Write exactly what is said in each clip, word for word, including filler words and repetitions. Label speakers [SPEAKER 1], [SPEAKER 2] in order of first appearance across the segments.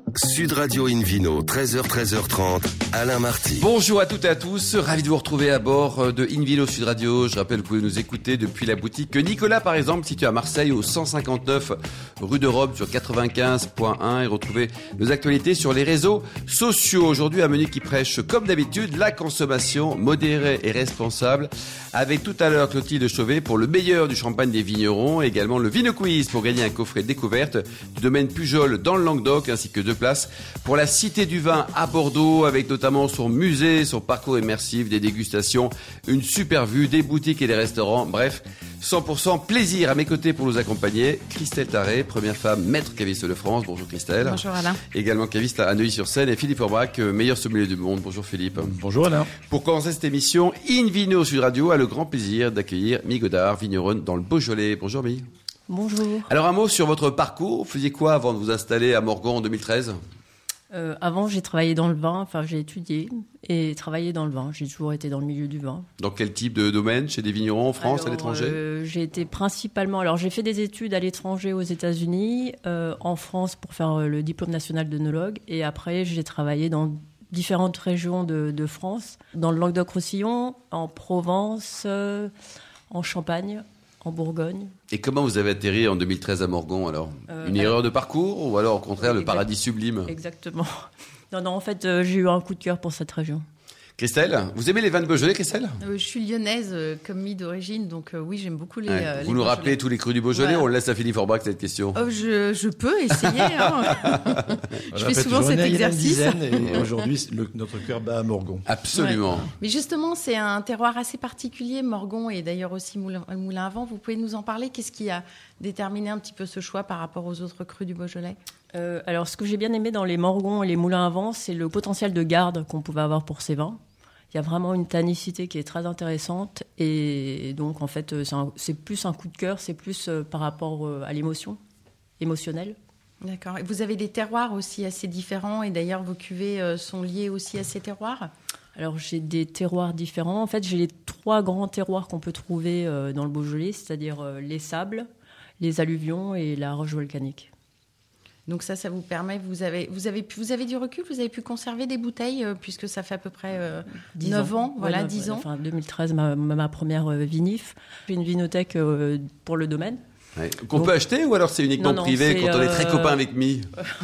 [SPEAKER 1] Sud Radio Invino, treize heures, treize heures trente, Alain Marty.
[SPEAKER 2] Bonjour à toutes et à tous, ravi de vous retrouver à bord de Invino Sud Radio. Je rappelle que vous pouvez nous écouter depuis la boutique Nicolas, par exemple, située à Marseille, au cent cinquante-neuf rue de Rome, sur quatre-vingt-quinze point un, et retrouver nos actualités sur les réseaux sociaux. Aujourd'hui, un menu qui prêche, comme d'habitude, la consommation modérée et responsable, avec tout à l'heure Clotilde Chauvet pour le meilleur du champagne des vignerons, et également le Vino Quiz pour gagner un coffret découverte du domaine Pujol dans le Languedoc, ainsi que deux places pour la Cité du Vin à Bordeaux, avec notamment son musée, son parcours immersif, des dégustations, une super vue, des boutiques et des restaurants. Bref, cent pour cent plaisir. À mes côtés pour nous accompagner, Christelle Tarré, première femme maître caviste de France. Bonjour Christelle.
[SPEAKER 3] Bonjour Alain.
[SPEAKER 2] Également caviste à Neuilly-sur-Seine, et Philippe Orbach, meilleur sommelier du monde. Bonjour Philippe.
[SPEAKER 4] Bonjour Alain.
[SPEAKER 2] Pour commencer cette émission, Invino Sud Radio a le grand plaisir d'accueillir Mi Godard, vigneronne dans le Beaujolais. Bonjour Mi.
[SPEAKER 3] Bonjour.
[SPEAKER 2] Alors un mot sur votre parcours. Vous faisiez quoi avant de vous installer à Morgon en deux mille treize ?
[SPEAKER 3] Euh, avant, j'ai travaillé dans le vin, enfin j'ai étudié et travaillé dans le vin. J'ai toujours été dans le milieu du vin.
[SPEAKER 2] Dans quel type de domaine ? Chez des vignerons en France,
[SPEAKER 3] alors,
[SPEAKER 2] à l'étranger ?
[SPEAKER 3] euh, J'ai été principalement... Alors j'ai fait des études à l'étranger aux États-Unis, euh, en France pour faire le diplôme national d'œnologue, et après j'ai travaillé dans différentes régions de, de France, dans le Languedoc-Roussillon, en Provence, euh, en Champagne, en Bourgogne.
[SPEAKER 2] Et comment vous avez atterri en deux mille treize à Morgon alors ?
[SPEAKER 3] euh,
[SPEAKER 2] Une
[SPEAKER 3] alors,
[SPEAKER 2] erreur de parcours ou alors au contraire le
[SPEAKER 3] exact,
[SPEAKER 2] paradis sublime ?
[SPEAKER 3] Exactement. Non, non, en fait, euh, j'ai eu un coup de cœur pour cette région.
[SPEAKER 2] Christelle, vous aimez les vins de Beaujolais, Christelle ?
[SPEAKER 5] euh, Je suis lyonnaise euh, comme mi d'origine, donc euh, oui, j'aime beaucoup les.
[SPEAKER 2] Ouais.
[SPEAKER 5] Euh,
[SPEAKER 2] Vous
[SPEAKER 5] les
[SPEAKER 2] nous
[SPEAKER 5] Beaujolais.
[SPEAKER 2] rappelez tous les crus du Beaujolais ?
[SPEAKER 5] Ouais.
[SPEAKER 2] On laisse à Philippe Orbach cette question.
[SPEAKER 5] Oh, je, je peux essayer. Hein. je fais souvent cet exercice.
[SPEAKER 4] Et aujourd'hui, le, notre cœur bat à Morgon.
[SPEAKER 2] Absolument.
[SPEAKER 5] Ouais. Mais justement, c'est un terroir assez particulier, Morgon, et d'ailleurs aussi Moulin, Moulin à Vent. Vous pouvez nous en parler ? Qu'est-ce qui a déterminé un petit peu ce choix par rapport aux autres crus du Beaujolais ?
[SPEAKER 3] Euh, alors, ce que j'ai bien aimé dans les Morgons et les Moulins à Vent, c'est le potentiel de garde qu'on pouvait avoir pour ces vins. Il y a vraiment une tannicité qui est très intéressante, et donc en fait, c'est, un, c'est plus un coup de cœur, c'est plus euh, par rapport euh, à l'émotion, émotionnelle.
[SPEAKER 5] D'accord. Et vous avez des terroirs aussi assez différents, et d'ailleurs vos cuvées euh, sont liées aussi à ces terroirs ?
[SPEAKER 3] Alors j'ai des terroirs différents. En fait, j'ai les trois grands terroirs qu'on peut trouver euh, dans le Beaujolais, c'est-à-dire euh, les sables, les alluvions et la roche volcanique.
[SPEAKER 5] Donc ça, ça vous permet, vous avez, vous avez, pu, vous avez du recul, vous avez pu conserver des bouteilles, euh, puisque ça fait à peu près euh, neuf ans, voilà,
[SPEAKER 3] ouais,
[SPEAKER 5] dix ans.
[SPEAKER 3] Enfin, deux mille treize, ma, ma première euh, vinif. J'ai une vinothèque euh, pour le domaine.
[SPEAKER 2] Ouais. Qu'on
[SPEAKER 3] Donc,
[SPEAKER 2] peut acheter ou alors c'est uniquement
[SPEAKER 3] non, non,
[SPEAKER 2] privé
[SPEAKER 3] c'est,
[SPEAKER 2] quand on est très
[SPEAKER 3] euh...
[SPEAKER 2] copain avec Mi ?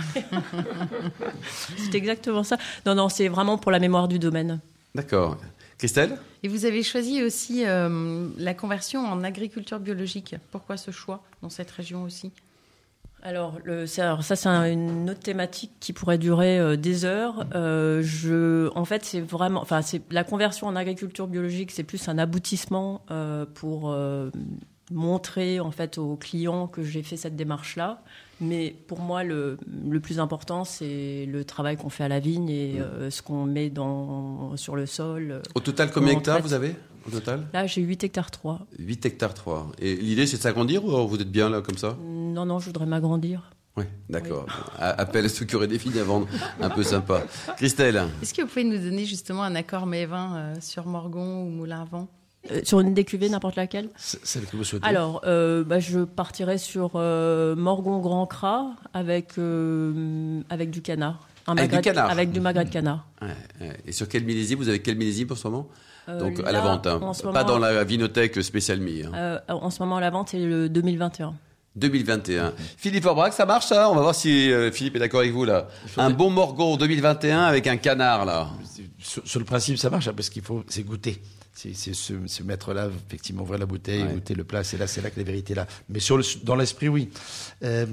[SPEAKER 3] C'est exactement ça. Non, non, c'est vraiment pour la mémoire du domaine.
[SPEAKER 2] D'accord. Christelle ?
[SPEAKER 5] Et vous avez choisi aussi euh, la conversion en agriculture biologique. Pourquoi ce choix dans cette région aussi ?
[SPEAKER 3] Alors, le, ça, alors ça, c'est un, une autre thématique qui pourrait durer euh, des heures. Euh, je, en fait, c'est vraiment, enfin, c'est la conversion en agriculture biologique, c'est plus un aboutissement euh, pour euh, montrer en fait aux clients que j'ai fait cette démarche-là. Mais pour moi, le, le plus important, c'est le travail qu'on fait à la vigne et euh, ce qu'on met dans, sur le sol.
[SPEAKER 2] Au total, combien d'hectares vous avez au total ?
[SPEAKER 3] Là, j'ai huit hectares trois.
[SPEAKER 2] huit hectares trois. Et l'idée, c'est de s'agrandir ou vous êtes bien là comme ça ?
[SPEAKER 3] Non, non, je voudrais m'agrandir.
[SPEAKER 2] Oui, d'accord. Oui. Appel à ceux qui auraient des filles à vendre, un peu sympa. Christelle ?
[SPEAKER 5] Est-ce que vous pouvez nous donner justement un accord mets-vin euh, sur Morgon ou Moulin à Vent ?
[SPEAKER 3] Euh, sur une des cuvées, n'importe laquelle ?
[SPEAKER 4] Celle que vous souhaitez.
[SPEAKER 3] Alors, euh, bah, je partirais sur euh, Morgon Grand Cras avec, euh, avec du canard. Un
[SPEAKER 2] avec
[SPEAKER 3] magret,
[SPEAKER 2] du canard
[SPEAKER 3] Avec du magret de canard.
[SPEAKER 2] Ouais, ouais. Et sur quel millésime ? Vous avez quel millésime pour ce moment ?
[SPEAKER 3] euh,
[SPEAKER 2] Donc
[SPEAKER 3] là,
[SPEAKER 2] à la vente, hein. Pas
[SPEAKER 3] moment,
[SPEAKER 2] dans la vinothèque spéciale Mi. Hein.
[SPEAKER 3] Euh, en ce moment, à la vente, c'est le deux mille vingt et un.
[SPEAKER 2] deux mille vingt et un. Mmh. Philippe Orbach, ça marche ça ? On va voir si euh, Philippe est d'accord avec vous là. Un bon Morgon deux mille vingt et un avec un canard là.
[SPEAKER 4] Sur, sur le principe, ça marche, hein, parce qu'il faut, c'est goûter. C'est, c'est se, se mettre là, effectivement, ouvrir la bouteille, ouais. Goûter le plat. C'est là, c'est là que la vérité est là. Mais sur le, dans l'esprit, oui. Euh,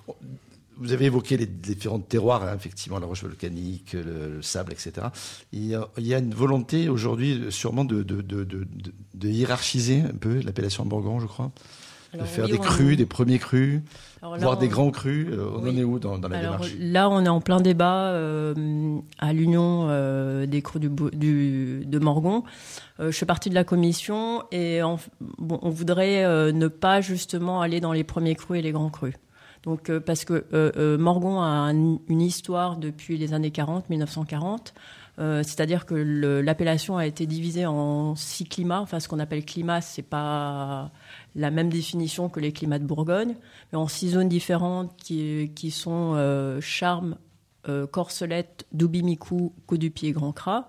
[SPEAKER 4] vous avez évoqué les différents terroirs, hein, effectivement, la roche volcanique, le, le sable, et cetera. Il y a, il y a une volonté aujourd'hui, sûrement, de, de, de, de, de, de hiérarchiser un peu l'appellation de Morgon, je crois. Alors, de faire oui, des crus, est... des premiers crus, alors là, voire on... des grands crus. On oui. en est où dans, dans la
[SPEAKER 3] alors,
[SPEAKER 4] démarche ?
[SPEAKER 3] Là, on est en plein débat euh, à l'Union euh, des crus du, du, de Morgon. Euh, je fais partie de la commission et on, bon, on voudrait euh, ne pas justement aller dans les premiers crus et les grands crus. Donc, euh, parce que euh, euh, Morgon a un, une histoire depuis les années quarante, mille neuf cent quarante. Euh, c'est-à-dire que le, l'appellation a été divisée en six climats. Enfin, ce qu'on appelle climat, c'est pas la même définition que les climats de Bourgogne, mais en six zones différentes qui, qui sont euh, Charmes, euh, Corcelette, Doubimicou, Côte-du-Pied, Grand Cras.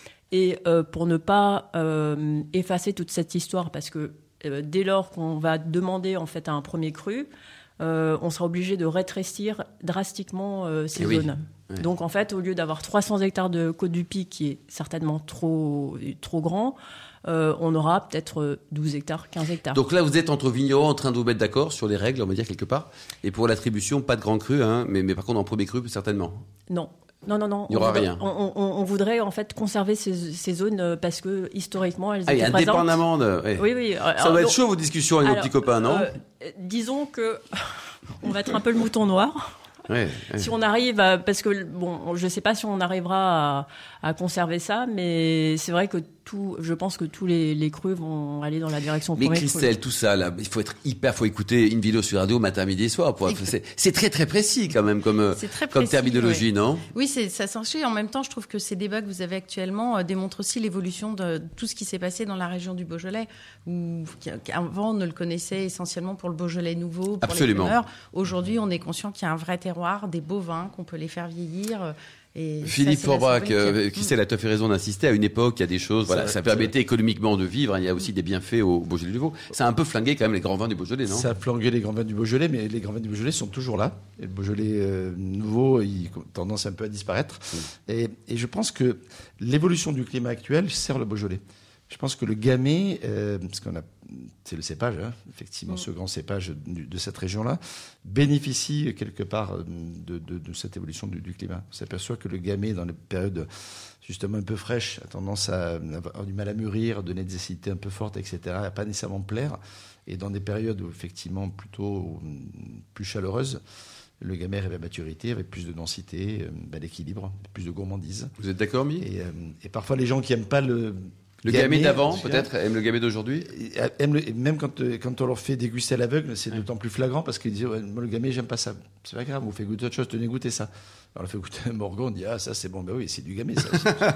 [SPEAKER 3] Et euh, pour ne pas euh, effacer toute cette histoire, parce que euh, dès lors qu'on va demander en fait à un premier cru, euh, on sera obligé de rétrécir drastiquement euh, ces
[SPEAKER 2] oui.
[SPEAKER 3] zones.
[SPEAKER 2] Ouais.
[SPEAKER 3] Donc en fait, au lieu d'avoir trois cents hectares de Côte-du-Pied, qui est certainement trop, trop grand, euh, on aura peut-être douze hectares, quinze hectares.
[SPEAKER 2] Donc là, vous êtes entre vignerons en train de vous mettre d'accord sur les règles, on va dire quelque part. Et pour l'attribution, pas de grand cru, hein, mais, mais par contre en premier cru, certainement.
[SPEAKER 3] Non. Non, non, non.
[SPEAKER 2] Il n'y aura
[SPEAKER 3] on voudrait,
[SPEAKER 2] rien.
[SPEAKER 3] On, on, on voudrait en fait conserver ces, ces zones parce que historiquement elles
[SPEAKER 2] ah,
[SPEAKER 3] étaient présentes.
[SPEAKER 2] Indépendamment de. Ouais.
[SPEAKER 3] Oui, oui.
[SPEAKER 2] Ça
[SPEAKER 3] alors,
[SPEAKER 2] va être
[SPEAKER 3] donc,
[SPEAKER 2] chaud vos discussions avec
[SPEAKER 3] alors,
[SPEAKER 2] vos petits copains, non
[SPEAKER 3] euh, Disons que on va être un peu le mouton noir.
[SPEAKER 2] Ouais, ouais.
[SPEAKER 3] Si on arrive à, parce que bon, je sais pas si on arrivera à, à conserver ça, mais c'est vrai que tout, je pense que tous les, les crus vont aller dans la direction.
[SPEAKER 2] Mais Christelle, tout ça là, il faut être hyper, faut écouter une vidéo sur radio matin, midi et soir. Pour, c'est, c'est très très précis quand même comme
[SPEAKER 5] très
[SPEAKER 2] comme
[SPEAKER 5] précis,
[SPEAKER 2] terminologie,
[SPEAKER 5] ouais.
[SPEAKER 2] non?
[SPEAKER 5] Oui, c'est, ça s'ensuit. En même temps, je trouve que ces débats que vous avez actuellement euh, démontrent aussi l'évolution de tout ce qui s'est passé dans la région du Beaujolais, où avant on ne le connaissait essentiellement pour le Beaujolais nouveau, pour
[SPEAKER 2] Absolument.
[SPEAKER 5] les primeurs. Aujourd'hui, on est conscient qu'il y a un vrai terroir, des beaux vins, qu'on peut les faire vieillir. Et
[SPEAKER 2] Philippe Forbach, euh,
[SPEAKER 5] mmh.
[SPEAKER 2] Christelle a tout à fait raison d'insister. À une époque, il y a des choses, voilà,
[SPEAKER 4] ça,
[SPEAKER 2] ça permettait économiquement de vivre. Il y a aussi des bienfaits au Beaujolais nouveau. Ça a un peu flingué quand même les grands vins du Beaujolais, non?
[SPEAKER 4] Ça a flingué les grands vins du Beaujolais, mais les grands vins du Beaujolais sont toujours là. Et le Beaujolais euh, nouveau, il a tendance un peu à disparaître. Mmh. Et, et je pense que l'évolution du climat actuel sert le Beaujolais. Je pense que le gamay, euh, parce qu'on a, c'est le cépage, hein, effectivement, mmh. ce grand cépage de, de cette région-là, bénéficie quelque part de, de, de cette évolution du, du climat. On s'aperçoit que le gamay, dans les périodes justement un peu fraîches, a tendance à avoir du mal à mûrir, donner des acidités un peu fortes, et cetera, à pas nécessairement plaire. Et dans des périodes où, effectivement plutôt plus chaleureuses, le gamay arrive à maturité avec plus de densité, ben, d'équilibre, plus de gourmandise.
[SPEAKER 2] Vous êtes d'accord, Mi?
[SPEAKER 4] et, euh, et parfois, les gens qui n'aiment pas le...
[SPEAKER 2] Le gamay d'avant, peut-être, aiment le gamay d'aujourd'hui?
[SPEAKER 4] Aiment le, même quand, quand on leur fait déguster à l'aveugle, c'est ouais. d'autant plus flagrant parce qu'ils disent ouais, moi, le gamay, j'aime pas ça. C'est pas grave, on vous fait goûter autre chose, tenez goûter ça. Alors on leur fait goûter un Morgon, on dit ah, ça c'est bon, ben oui, c'est du gamay, ça.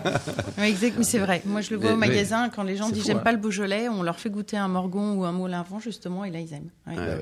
[SPEAKER 5] Oui, exactement, c'est vrai. Moi, je le vois
[SPEAKER 2] mais,
[SPEAKER 5] au magasin, mais, quand les gens disent
[SPEAKER 4] fou,
[SPEAKER 5] j'aime
[SPEAKER 4] hein.
[SPEAKER 5] pas le Beaujolais, on leur fait goûter un Morgon ou un Moulin-Vent, justement, et là, ils aiment. Ouais.
[SPEAKER 2] Ouais, ouais.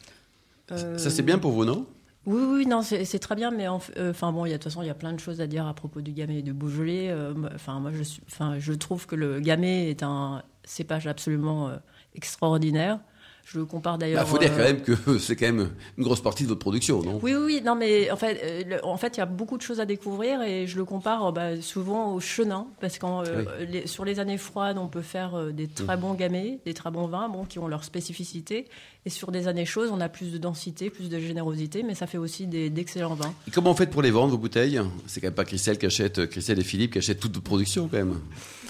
[SPEAKER 3] Euh...
[SPEAKER 2] Ça, c'est bien pour vous, non?
[SPEAKER 3] Oui, oui, non, c'est, c'est très bien, mais enfin euh, bon, il y a de toute façon, il y a plein de choses à dire à propos du gamay et du Beaujolais. Enfin, euh, moi, je suis, enfin, je trouve que le gamay est un cépage absolument euh, extraordinaire. Je le compare d'ailleurs.
[SPEAKER 2] Il bah, faut dire quand même que c'est quand même une grosse partie de votre production, non?
[SPEAKER 3] Oui, oui, non, mais en fait, euh, le, en fait, il y a beaucoup de choses à découvrir et je le compare bah, souvent au chenin, parce que euh, oui. sur les années froides, on peut faire euh, des très bons gamay, des très bons vins, bon, qui ont leur spécificité. Et sur des années chaudes, on a plus de densité, plus de générosité, mais ça fait aussi des, d'excellents vins.
[SPEAKER 2] Et comment vous faites pour les vendre, vos bouteilles? C'est quand même pas Christelle qui achète, Christelle et Philippe qui achètent toute votre production, quand même.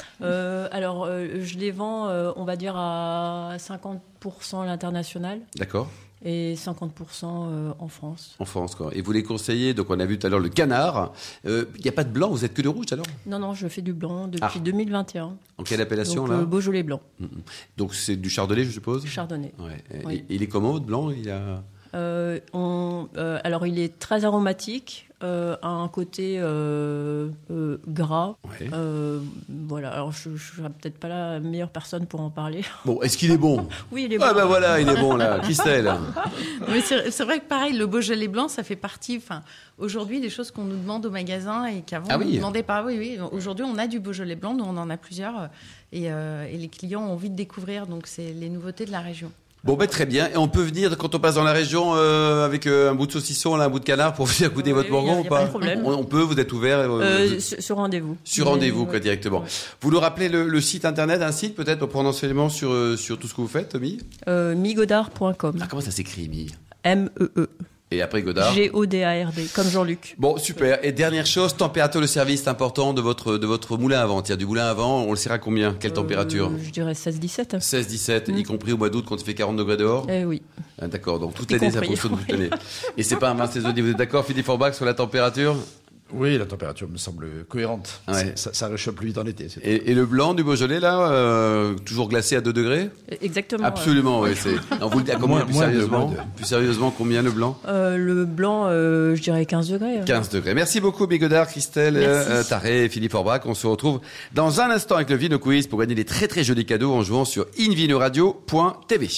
[SPEAKER 3] Euh, alors, euh, je les vends, euh, on va dire, à cinquante pour cent à l'international.
[SPEAKER 2] D'accord.
[SPEAKER 3] Et cinquante pour cent euh, en France.
[SPEAKER 2] En France, quoi. Et vous les conseillez, donc on a vu tout à l'heure le canard. Il euh, n'y a pas de blanc, vous êtes que de rouge, alors? Non,
[SPEAKER 3] non, je fais du blanc depuis
[SPEAKER 2] ah.
[SPEAKER 3] deux mille vingt et un.
[SPEAKER 2] En quelle appellation,
[SPEAKER 3] donc,
[SPEAKER 2] là?
[SPEAKER 3] euh, Beaujolais blanc.
[SPEAKER 2] Mmh. Donc c'est du chardonnay, je suppose?
[SPEAKER 3] Chardonnay.
[SPEAKER 2] Ouais.
[SPEAKER 3] Oui.
[SPEAKER 2] Et il est comment, votre blanc? Il a...
[SPEAKER 3] Euh, on, euh, alors, il est très aromatique, euh, a un côté euh, euh, gras.
[SPEAKER 2] Ouais.
[SPEAKER 3] Euh, voilà. Alors, je ne suis peut-être pas la meilleure personne pour en parler.
[SPEAKER 2] Bon, est-ce qu'il est bon?
[SPEAKER 3] Oui, il est bon.
[SPEAKER 2] Ah ben voilà, il est bon là, Christelle.
[SPEAKER 5] Mais c'est, c'est vrai que pareil, le Beaujolais blanc, ça fait partie. Enfin, aujourd'hui, des choses qu'on nous demande au magasin et qu'avant
[SPEAKER 2] ah
[SPEAKER 5] on
[SPEAKER 2] oui.
[SPEAKER 5] ne demandait pas. Oui, oui. Aujourd'hui, on a du Beaujolais blanc, nous on en a plusieurs, et, euh, et les clients ont envie de découvrir. Donc, c'est les nouveautés de la région.
[SPEAKER 2] Bon, ben très bien. Et on peut venir, quand on passe dans la région, euh, avec euh, un bout de saucisson, là, un bout de canard, pour venir goûter
[SPEAKER 3] oui,
[SPEAKER 2] votre Bourgogne ou pas,
[SPEAKER 3] pas de problème.
[SPEAKER 2] on, on peut, vous êtes ouvert euh,
[SPEAKER 3] euh,
[SPEAKER 2] vous...
[SPEAKER 3] sur, sur rendez-vous.
[SPEAKER 2] Sur rendez-vous,
[SPEAKER 3] Mais,
[SPEAKER 2] quoi, directement.
[SPEAKER 3] Ouais.
[SPEAKER 2] Vous nous rappelez le, le site internet, un site peut-être pour prendre enseignement sur, euh, sur tout ce que vous faites, Mi
[SPEAKER 3] euh, mi godard point com.
[SPEAKER 2] Ah, comment ça s'écrit, Mi?
[SPEAKER 3] M E E.
[SPEAKER 2] Et après Godard.
[SPEAKER 3] G O D A R D, comme Jean-Luc.
[SPEAKER 2] Bon, super. Et dernière chose, température de service important de votre, de votre moulin à vent. Il y a du moulin à vent, on le sert à combien? Quelle température?
[SPEAKER 3] euh, Je dirais seize dix-sept.
[SPEAKER 2] seize dix-sept,
[SPEAKER 3] Mm.
[SPEAKER 2] y compris au mois d'août quand il fait quarante degrés dehors?
[SPEAKER 3] Eh oui.
[SPEAKER 2] Ah, d'accord, donc toute
[SPEAKER 3] Y
[SPEAKER 2] l'année, ça
[SPEAKER 3] compris,
[SPEAKER 2] fonctionne
[SPEAKER 3] oui.
[SPEAKER 2] toute l'année. Et c'est pas un vin saisonnier, vous êtes d'accord, Philippe Forbach, sur la température?
[SPEAKER 4] Oui, la température me semble cohérente.
[SPEAKER 2] Ouais.
[SPEAKER 4] Ça, ça réchauffe plus vite en été. C'est
[SPEAKER 2] Et, et le blanc du Beaujolais, là, euh, toujours glacé à deux degrés?
[SPEAKER 3] Exactement.
[SPEAKER 2] Absolument, oui. C'est... Non, vous le dites à combien,
[SPEAKER 4] Moins-
[SPEAKER 2] plus
[SPEAKER 4] moins de-
[SPEAKER 2] sérieusement?
[SPEAKER 4] moins de-
[SPEAKER 2] Plus sérieusement, combien le blanc?
[SPEAKER 3] Euh, le blanc, euh, je dirais quinze degrés.
[SPEAKER 2] quinze degrés. Merci beaucoup, Bigodard, Christelle,
[SPEAKER 3] Merci.
[SPEAKER 2] euh, Taré et Philippe Forbach. On se retrouve dans un instant avec le Vino Quiz pour gagner des très très jolis cadeaux en jouant sur invinoradio point t v.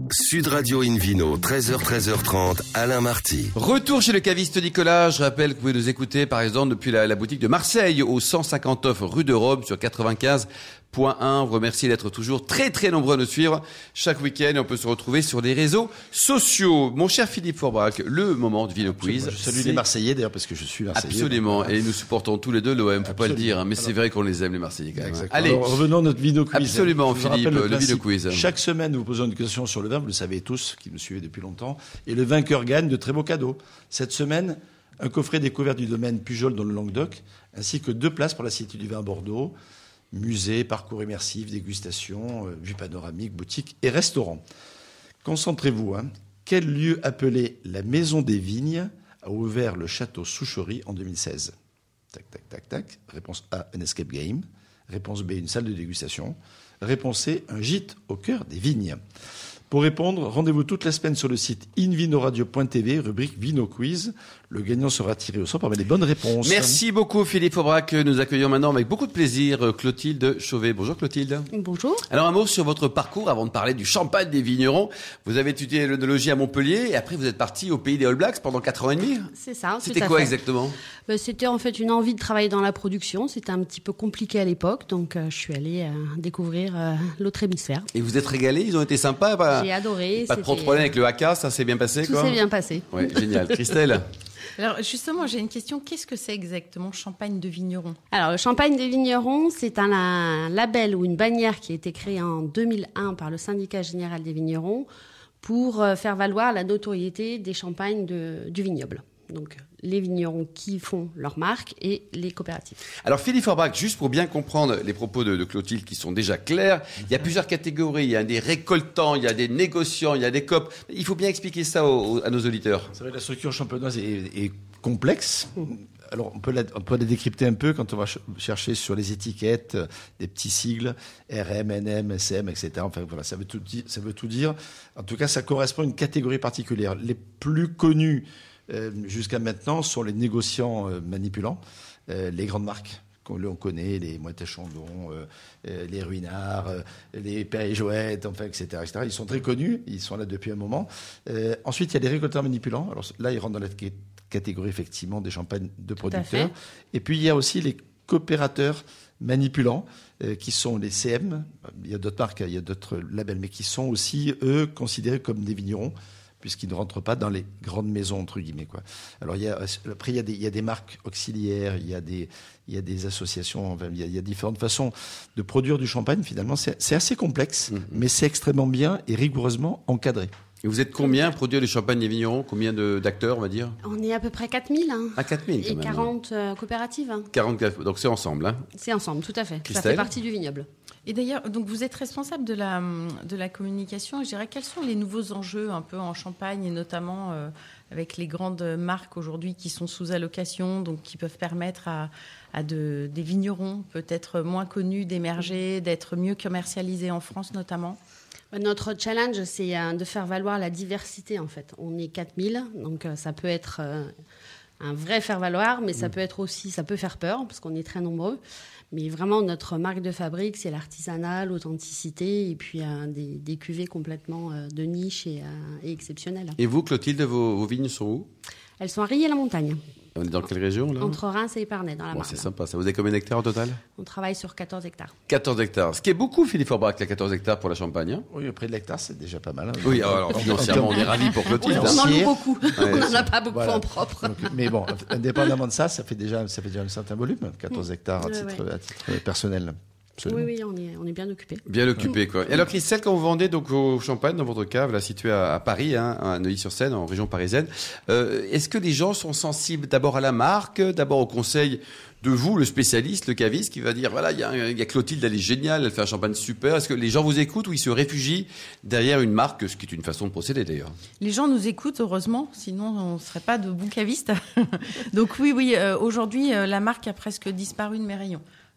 [SPEAKER 1] Sud Radio Invino, treize heures, treize heures trente, Alain Marty.
[SPEAKER 2] Retour chez le caviste Nicolas. Je rappelle que vous pouvez nous écouter, par exemple, depuis la, la boutique de Marseille, au cent cinquante-neuf rue de Rome, sur quatre-vingt-quinze point un. Vous remercie d'être toujours très très nombreux à nous suivre chaque week-end. Et on peut se retrouver sur les réseaux sociaux. Mon cher Philippe Forbrac, le moment de Vino Quiz.
[SPEAKER 4] Je salue les Marseillais d'ailleurs parce que je suis Marseillais.
[SPEAKER 2] Absolument.
[SPEAKER 4] Donc,
[SPEAKER 2] et nous supportons tous les deux l'O M. Faut
[SPEAKER 4] Absolument.
[SPEAKER 2] pas le dire, hein, mais
[SPEAKER 4] Alors,
[SPEAKER 2] c'est vrai qu'on les aime les Marseillais quand même.
[SPEAKER 4] Exactement.
[SPEAKER 2] Allez.
[SPEAKER 4] Alors, revenons à notre Vino Quiz.
[SPEAKER 2] Absolument,
[SPEAKER 4] Je vous
[SPEAKER 2] Philippe,
[SPEAKER 4] rappelle
[SPEAKER 2] le
[SPEAKER 4] principe.
[SPEAKER 2] Vino Quiz.
[SPEAKER 4] Chaque semaine, nous vous posons une question sur le vin. Vous le savez tous, qui nous suivez depuis longtemps. Et le vainqueur gagne de très beaux cadeaux. Cette semaine, un coffret découvert du domaine Pujol dans le Languedoc, ainsi que deux places pour la Cité du vin à Bordeaux. Musée, parcours immersif, dégustation, euh, vue panoramique, boutique et restaurant. Concentrez-vous. Hein. Quel lieu appelé la Maison des Vignes a ouvert le château Souchery en deux mille seize? Tac, tac, tac, tac. Réponse A, un escape game. Réponse B, une salle de dégustation. Réponse C, un gîte au cœur des vignes. Pour répondre, rendez-vous toute la semaine sur le site invinoradio point t v, rubrique Vino Quiz. Le gagnant sera tiré au sort parmi les bonnes réponses.
[SPEAKER 2] Merci beaucoup Philippe Aubrac. Nous accueillons maintenant avec beaucoup de plaisir Clotilde Chauvet. Bonjour Clotilde.
[SPEAKER 6] Bonjour.
[SPEAKER 2] Alors un mot sur votre parcours avant de parler du champagne des vignerons. Vous avez étudié l'œnologie à Montpellier et après vous êtes parti au pays des All Blacks pendant quatre ans et demi.
[SPEAKER 6] C'est ça.
[SPEAKER 2] C'était
[SPEAKER 6] tout à
[SPEAKER 2] quoi
[SPEAKER 6] fait.
[SPEAKER 2] exactement?
[SPEAKER 6] Ben, c'était en fait une envie de travailler dans la production. C'était un petit peu compliqué à l'époque, donc euh, je suis allée euh, découvrir euh, l'autre hémisphère.
[SPEAKER 2] Et vous êtes régalé? Ils ont été sympas? Pas,
[SPEAKER 6] J'ai adoré.
[SPEAKER 2] pas trop de problèmes avec le haka, ça s'est bien passé?
[SPEAKER 6] Tout
[SPEAKER 2] quoi
[SPEAKER 6] s'est bien passé.
[SPEAKER 2] Ouais, génial. Christelle?
[SPEAKER 5] Alors justement, j'ai une question. Qu'est-ce que c'est exactement champagne de vigneron?
[SPEAKER 6] Alors, le Champagne des Vignerons, c'est un, un label ou une bannière qui a été créée en deux mille un par le Syndicat général des vignerons pour euh, faire valoir la notoriété des champagnes de, du vignoble. Donc, les vignerons qui font leur marque et les coopératives.
[SPEAKER 2] Alors Philippe Forbach, juste pour bien comprendre les propos de, de Clotilde qui sont déjà clairs, il y a plusieurs catégories. Il y a des récoltants, il y a des négociants, il y a des coop. Il faut bien expliquer ça aux, à nos auditeurs.
[SPEAKER 4] C'est vrai, la structure champenoise est, est complexe. Alors, on peut, la, on peut la décrypter un peu quand on va ch- chercher sur les étiquettes euh, des petits sigles R M, N M, S M, et cetera. Enfin, voilà, ça veut tout dire. Ça veut tout dire. En tout cas, ça correspond à une catégorie particulière. Les plus connus euh, jusqu'à maintenant sont les négociants euh, manipulants, euh, les grandes marques qu'on l'on connaît, les Moët et Chandon, euh, euh, les Ruinart, euh, les Père et Jouette, enfin, et cetera, et cetera. Ils sont très connus, ils sont là depuis un moment. Euh, ensuite, il y a les récolteurs manipulants. Alors là, ils rentrent dans la c- catégorie, effectivement, des champagnes de producteurs. Et puis, il y a aussi les coopérateurs manipulants, euh, qui sont les C M. Il y a d'autres marques, il y a d'autres labels, mais qui sont aussi, eux, considérés comme des vignerons, puisqu'ils ne rentrent pas dans les grandes maisons, entre guillemets, quoi. Alors, il y a, après, il y a des, il y a des marques auxiliaires, il y a des, il y a des associations, enfin, il y a, il y a différentes façons de produire du champagne, finalement. C'est, c'est assez complexe, mmh. mais c'est extrêmement bien et rigoureusement encadré.
[SPEAKER 2] Et vous êtes combien à produire les champagnes des vignerons? Combien de, d'acteurs, on va dire?
[SPEAKER 6] On est à peu près quatre mille. Hein.
[SPEAKER 2] À quatre mille, quand
[SPEAKER 6] Et
[SPEAKER 2] même.
[SPEAKER 6] quarante euh, coopératives. Hein.
[SPEAKER 2] quarante, donc c'est ensemble, hein?
[SPEAKER 6] C'est ensemble, tout à fait.
[SPEAKER 2] Christelle?
[SPEAKER 6] Ça fait partie du vignoble.
[SPEAKER 5] Et d'ailleurs, donc vous êtes responsable de la, de la communication. Je dirais, quels sont les nouveaux enjeux un peu en Champagne, et notamment euh, avec les grandes marques aujourd'hui qui sont sous allocation, donc qui peuvent permettre à, à de, des vignerons peut-être moins connus d'émerger, d'être mieux commercialisés en France notamment?
[SPEAKER 6] Notre challenge, c'est euh, de faire valoir la diversité, en fait. On est quatre mille, donc euh, ça peut être euh, un vrai faire-valoir, mais ça peut être aussi, ça peut faire peur, parce qu'on est très nombreux. Mais vraiment, notre marque de fabrique, c'est l'artisanat, l'authenticité, et puis euh, des, des cuvées complètement euh, de niche et, euh, et exceptionnelles.
[SPEAKER 2] Et vous, Clotilde, vos, vos vignes sont où?
[SPEAKER 6] Elles sont à Riez-la-Montagne.
[SPEAKER 2] On est dans quelle région, là?
[SPEAKER 6] Entre Reims et Épernay, dans la
[SPEAKER 2] Bon,
[SPEAKER 6] Marne.
[SPEAKER 2] c'est sympa. Ça vous avez combien d'hectares au total?
[SPEAKER 6] On travaille sur quatorze hectares.
[SPEAKER 2] quatorze hectares. Ce qui est beaucoup, Philippe Forbach, là, quatorze hectares pour la Champagne. Hein?
[SPEAKER 4] Oui, près de l'hectare, c'est déjà pas mal. Hein.
[SPEAKER 2] Oui, alors financièrement, on est ravis pour Clotilde.
[SPEAKER 6] On en
[SPEAKER 2] hein.
[SPEAKER 6] loue beaucoup.
[SPEAKER 2] Ouais,
[SPEAKER 6] On n'en a pas beaucoup
[SPEAKER 4] Voilà.
[SPEAKER 6] en propre.
[SPEAKER 4] Donc, mais bon, indépendamment de ça, ça fait déjà, ça fait déjà un certain volume, quatorze hectares à
[SPEAKER 6] Ouais,
[SPEAKER 4] titre,
[SPEAKER 6] ouais.
[SPEAKER 4] à titre personnel. Absolument.
[SPEAKER 6] Oui, oui, on est, on est bien occupés.
[SPEAKER 2] Bien occupé, quoi. Et alors, Christelle, quand vous vendez donc vos champagnes dans votre cave, là, située à, à Paris, hein, à Neuilly-sur-Seine, en région parisienne, euh, est-ce que les gens sont sensibles d'abord à la marque, d'abord au conseil de vous, le spécialiste, le caviste, qui va dire, voilà, il y, a- il y a Clotilde, elle est géniale, elle fait un champagne super. Est-ce que les gens vous écoutent ou ils se réfugient derrière une marque, ce qui est une façon de procéder, d'ailleurs?
[SPEAKER 5] Les gens nous écoutent, heureusement, sinon on ne serait pas de bons cavistes. Donc oui, oui, euh, aujourd'hui, euh, la marque a presque disparu de mes rayons.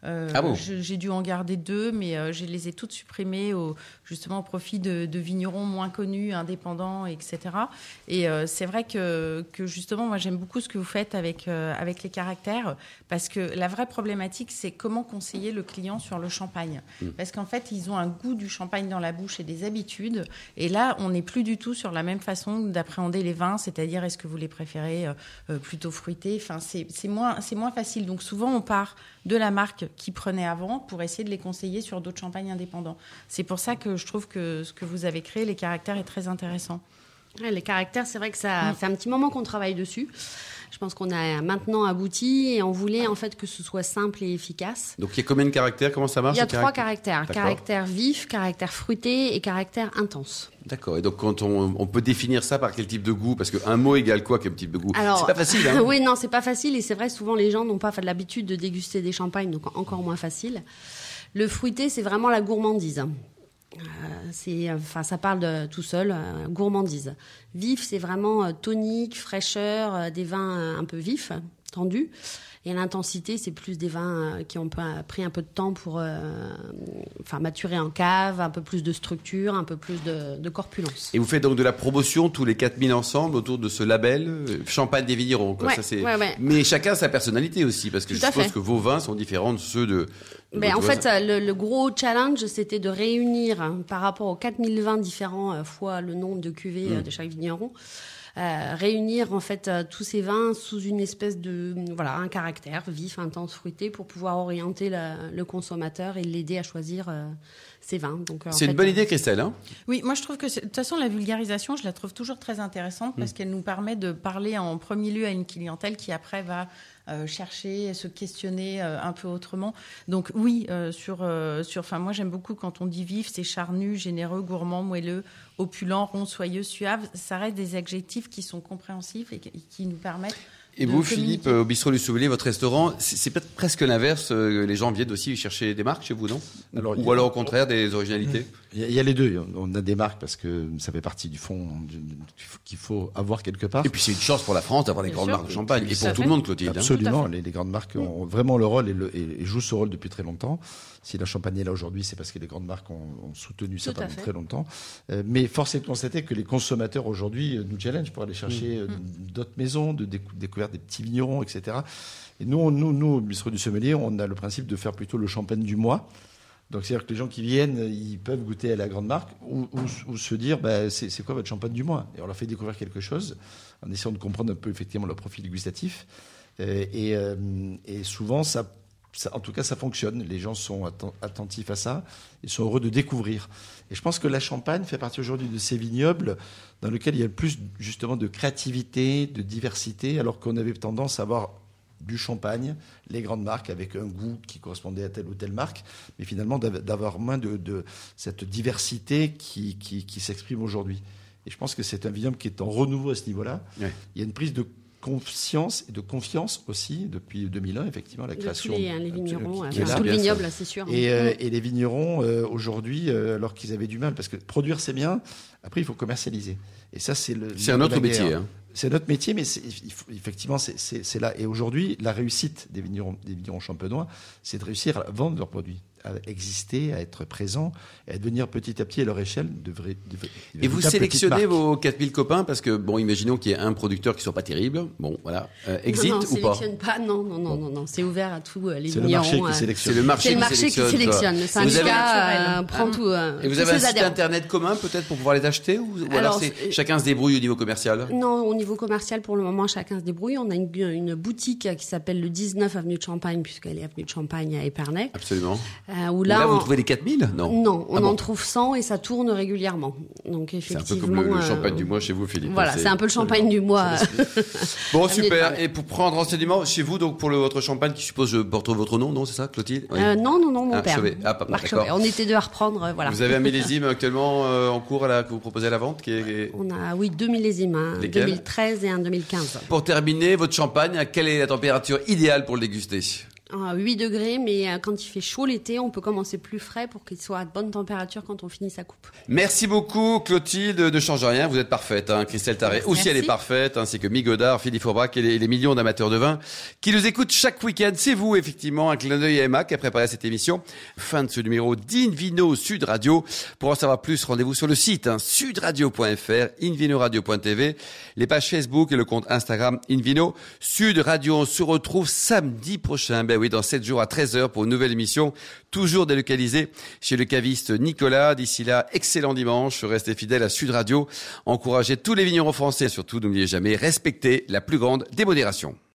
[SPEAKER 5] Euh,
[SPEAKER 2] ah bon
[SPEAKER 5] je, j'ai dû en garder deux, mais euh, je les ai toutes supprimées au, justement au profit de, de vignerons moins connus, indépendants, et cetera. Et euh, c'est vrai que, que justement, moi j'aime beaucoup ce que vous faites avec, euh, avec les caractères, parce que la vraie problématique, c'est comment conseiller le client sur le champagne. Mmh. Parce qu'en fait, ils ont un goût du champagne dans la bouche et des habitudes. Et là, on n'est plus du tout sur la même façon d'appréhender les vins, c'est-à-dire est-ce que vous les préférez euh, plutôt fruités. Enfin, c'est, c'est, moins, c'est moins facile. Donc souvent, on part de la marque qu'ils prenaient avant pour essayer de les conseiller sur d'autres champagnes indépendants. C'est pour ça que je trouve que ce que vous avez créé, les caractères, est très intéressant.
[SPEAKER 6] Ouais, les caractères, c'est vrai que ça mmh. fait un petit moment qu'on travaille dessus. Je pense qu'on a maintenant abouti et on voulait en fait que ce soit simple et efficace.
[SPEAKER 2] Donc il y a combien de caractères? Comment ça marche?
[SPEAKER 6] Il y a trois caractères. Caractère vif, caractère fruité et caractère intense.
[SPEAKER 2] D'accord. Et donc quand on, on peut définir ça par quel type de goût? Parce qu'un mot égale quoi comme type de goût? Alors, c'est pas facile. Hein.
[SPEAKER 6] Oui, non, c'est pas facile. Et c'est vrai, souvent les gens n'ont pas l'habitude de déguster des champagnes, donc encore moins facile. Le fruité, c'est vraiment la gourmandise. Euh, c'est, enfin, ça parle de, tout seul, euh, gourmandise. Vif, c'est vraiment euh, tonique, fraîcheur, euh, des vins euh, un peu vifs, tendus. Et l'intensité, c'est plus des vins euh, qui ont pris un peu de temps pour euh, enfin, maturer en cave, un peu plus de structure, un peu plus de, de corpulence.
[SPEAKER 2] Et vous faites donc de la promotion tous les quatre mille ensemble autour de ce label euh, Champagne des vignerons. Quoi.
[SPEAKER 6] Ouais,
[SPEAKER 2] Ça, c'est...
[SPEAKER 6] Ouais, ouais.
[SPEAKER 2] Mais chacun a sa personnalité aussi, parce que
[SPEAKER 6] Tout
[SPEAKER 2] je suppose que vos vins sont différents de ceux de... de
[SPEAKER 6] Mais en
[SPEAKER 2] voisin.
[SPEAKER 6] fait, le, le gros challenge, c'était de réunir, hein, par rapport aux quatre mille vins différents, euh, fois le nombre de cuvées mmh. euh, de chaque vigneron, Euh, réunir en fait euh, tous ces vins sous une espèce de voilà un caractère vif, intense, fruité pour pouvoir orienter la, le consommateur et l'aider à choisir euh, ses vins. Donc,
[SPEAKER 2] c'est une fait, bonne idée, Christelle. Hein
[SPEAKER 5] oui, moi je trouve que de toute façon la vulgarisation, je la trouve toujours très intéressante parce mmh. qu'elle nous permet de parler en premier lieu à une clientèle qui après va Euh, chercher, se questionner euh, un peu autrement. Donc oui, euh, sur, euh, sur, enfin moi j'aime beaucoup quand on dit vif, c'est charnu, généreux, gourmand, moelleux, opulent, rond, soyeux, suave. Ça reste des adjectifs qui sont compréhensifs et qui, qui nous permettent.
[SPEAKER 2] Et vous, Philippe, au Bistrot du Sommelier, votre restaurant, c'est, c'est peut-être presque l'inverse. Euh, les gens viennent aussi chercher des marques chez vous, non? alors, Ou a... alors au contraire des originalités?
[SPEAKER 4] Il y, a, il y a les deux. On a des marques parce que ça fait partie du fond qu'il faut avoir quelque part.
[SPEAKER 2] Et puis c'est une chance pour la France d'avoir des Bien grandes sûr. marques de champagne. Et, et pour tout fait. le monde, Clotilde.
[SPEAKER 4] Absolument. Hein. Les, les grandes marques ont vraiment le rôle et, le, et, et jouent ce rôle depuis très longtemps. Si la Champagne est là aujourd'hui, c'est parce que les grandes marques ont, ont soutenu ça pendant très longtemps. Euh, mais force est de constater que les consommateurs aujourd'hui nous challengent pour aller chercher mmh. euh, d'autres maisons, de décou- découvrir des petits vignerons, et cetera. Et nous, nous, nous, au Bistrot du Sommelier, on a le principe de faire plutôt le champagne du mois. Donc, c'est-à-dire que les gens qui viennent, ils peuvent goûter à la grande marque ou, ou, ou se dire, bah, c'est, c'est quoi votre champagne du mois? Et on leur fait découvrir quelque chose en essayant de comprendre un peu effectivement leur profil gustatif. Euh, et, euh, et souvent, ça Ça, en tout cas, ça fonctionne. Les gens sont atten- attentifs à ça. Ils sont heureux de découvrir. Et je pense que la Champagne fait partie aujourd'hui de ces vignobles dans lesquels il y a le plus justement de créativité, de diversité, alors qu'on avait tendance à avoir du champagne, les grandes marques avec un goût qui correspondait à telle ou telle marque, mais finalement d'avoir moins de, de cette diversité qui, qui, qui s'exprime aujourd'hui. Et je pense que c'est un vignoble qui est en renouveau à ce niveau-là. Ouais. Il y a une prise de conscience et de confiance aussi depuis deux mille un, effectivement, la
[SPEAKER 6] de
[SPEAKER 4] création.
[SPEAKER 6] Tous les, les vignerons,
[SPEAKER 4] qui, qui
[SPEAKER 6] enfin, tout le vignoble, c'est sûr.
[SPEAKER 4] Et, euh, et les vignerons, euh, aujourd'hui, euh, alors qu'ils avaient du mal, parce que produire, c'est bien, après, il faut commercialiser. Et ça, c'est le.
[SPEAKER 2] C'est un autre métier. Hein.
[SPEAKER 4] C'est notre métier, mais c'est, il faut, effectivement, c'est, c'est, c'est là. Et aujourd'hui, la réussite des vignerons, des vignerons champenois, c'est de réussir à vendre leurs produits, à exister, à être présent, et à devenir petit à petit à leur échelle de vrais. De, de
[SPEAKER 2] et vous sélectionnez vos quatre mille copains parce que, bon, imaginons qu'il y ait un producteur qui soit pas terrible. Bon, voilà. Euh, exit
[SPEAKER 6] non, non,
[SPEAKER 2] ou pas?
[SPEAKER 6] sélectionne pas. Non, non, non, non, non. C'est ouvert à tous euh, les
[SPEAKER 4] c'est
[SPEAKER 6] vignerons.
[SPEAKER 4] Le marché qui sélectionne.
[SPEAKER 2] C'est le marché,
[SPEAKER 6] c'est le marché qui sélectionne. Qui sélectionne. Le syndicat euh, prend
[SPEAKER 2] hein
[SPEAKER 6] tout. Euh,
[SPEAKER 2] et vous avez un site adhérents. internet commun peut-être pour pouvoir les acheter ou, ou alors, alors c'est, c'est, chacun se débrouille au niveau commercial?
[SPEAKER 6] Non, au niveau commercial, pour le moment, chacun se débrouille. On a une, une boutique qui s'appelle le dix-neuf avenue de Champagne, puisqu'elle est avenue de Champagne à Épernay.
[SPEAKER 2] Absolument.
[SPEAKER 6] Euh, où là,
[SPEAKER 2] là
[SPEAKER 6] on...
[SPEAKER 2] vous trouvez les quatre mille? Non.
[SPEAKER 6] Non, on
[SPEAKER 2] ah
[SPEAKER 6] en
[SPEAKER 2] bon.
[SPEAKER 6] trouve cent et ça tourne régulièrement. Donc effectivement.
[SPEAKER 2] C'est un peu comme le, le champagne euh... du mois chez vous, Philippe.
[SPEAKER 6] Voilà, c'est, c'est un peu le champagne du mois.
[SPEAKER 2] Bon, super. Et pour prendre renseignement chez vous, donc pour le, votre champagne, qui suppose je retrouve votre nom, non, c'est ça, Clotilde?
[SPEAKER 6] Oui. euh, Non, non, non, mon
[SPEAKER 2] ah,
[SPEAKER 6] père.
[SPEAKER 2] Chauvet. Ah, papa,
[SPEAKER 6] Marc
[SPEAKER 2] d'accord.
[SPEAKER 6] Chauvet. On était deux à reprendre, euh, voilà.
[SPEAKER 2] Vous avez un millésime actuellement euh, en cours à la, que vous proposez à la vente qui est...
[SPEAKER 6] On a, oui, deux millésimes, hein, deux mille treize et un deux mille quinze.
[SPEAKER 2] Pour terminer, votre champagne, quelle est la température idéale pour le déguster?
[SPEAKER 6] à huit degrés, mais quand il fait chaud l'été, on peut commencer plus frais pour qu'il soit à bonne température quand on finit sa coupe.
[SPEAKER 2] Merci beaucoup Clotilde, ne change rien, vous êtes parfaite, hein. Christelle Tarré aussi.
[SPEAKER 6] Merci.
[SPEAKER 2] Elle est parfaite, ainsi que Mick Godard, Philippe Aubrac et les, les millions d'amateurs de vin qui nous écoutent chaque week-end. C'est vous effectivement, un clin d'œil à Emma qui a préparé cette émission. Fin de ce numéro d'Invino Sud Radio. Pour en savoir plus, rendez-vous sur le site hein, sudradio point f r, invinoradio point t v, les pages Facebook et le compte Instagram Invino Sud Radio. On se retrouve samedi prochain. Ben oui, dans sept jours à treize heures pour une nouvelle émission, toujours délocalisée chez le caviste Nicolas. D'ici là, excellent dimanche, restez fidèles à Sud Radio, encouragez tous les vignerons français, surtout n'oubliez jamais, respectez la plus grande démodération.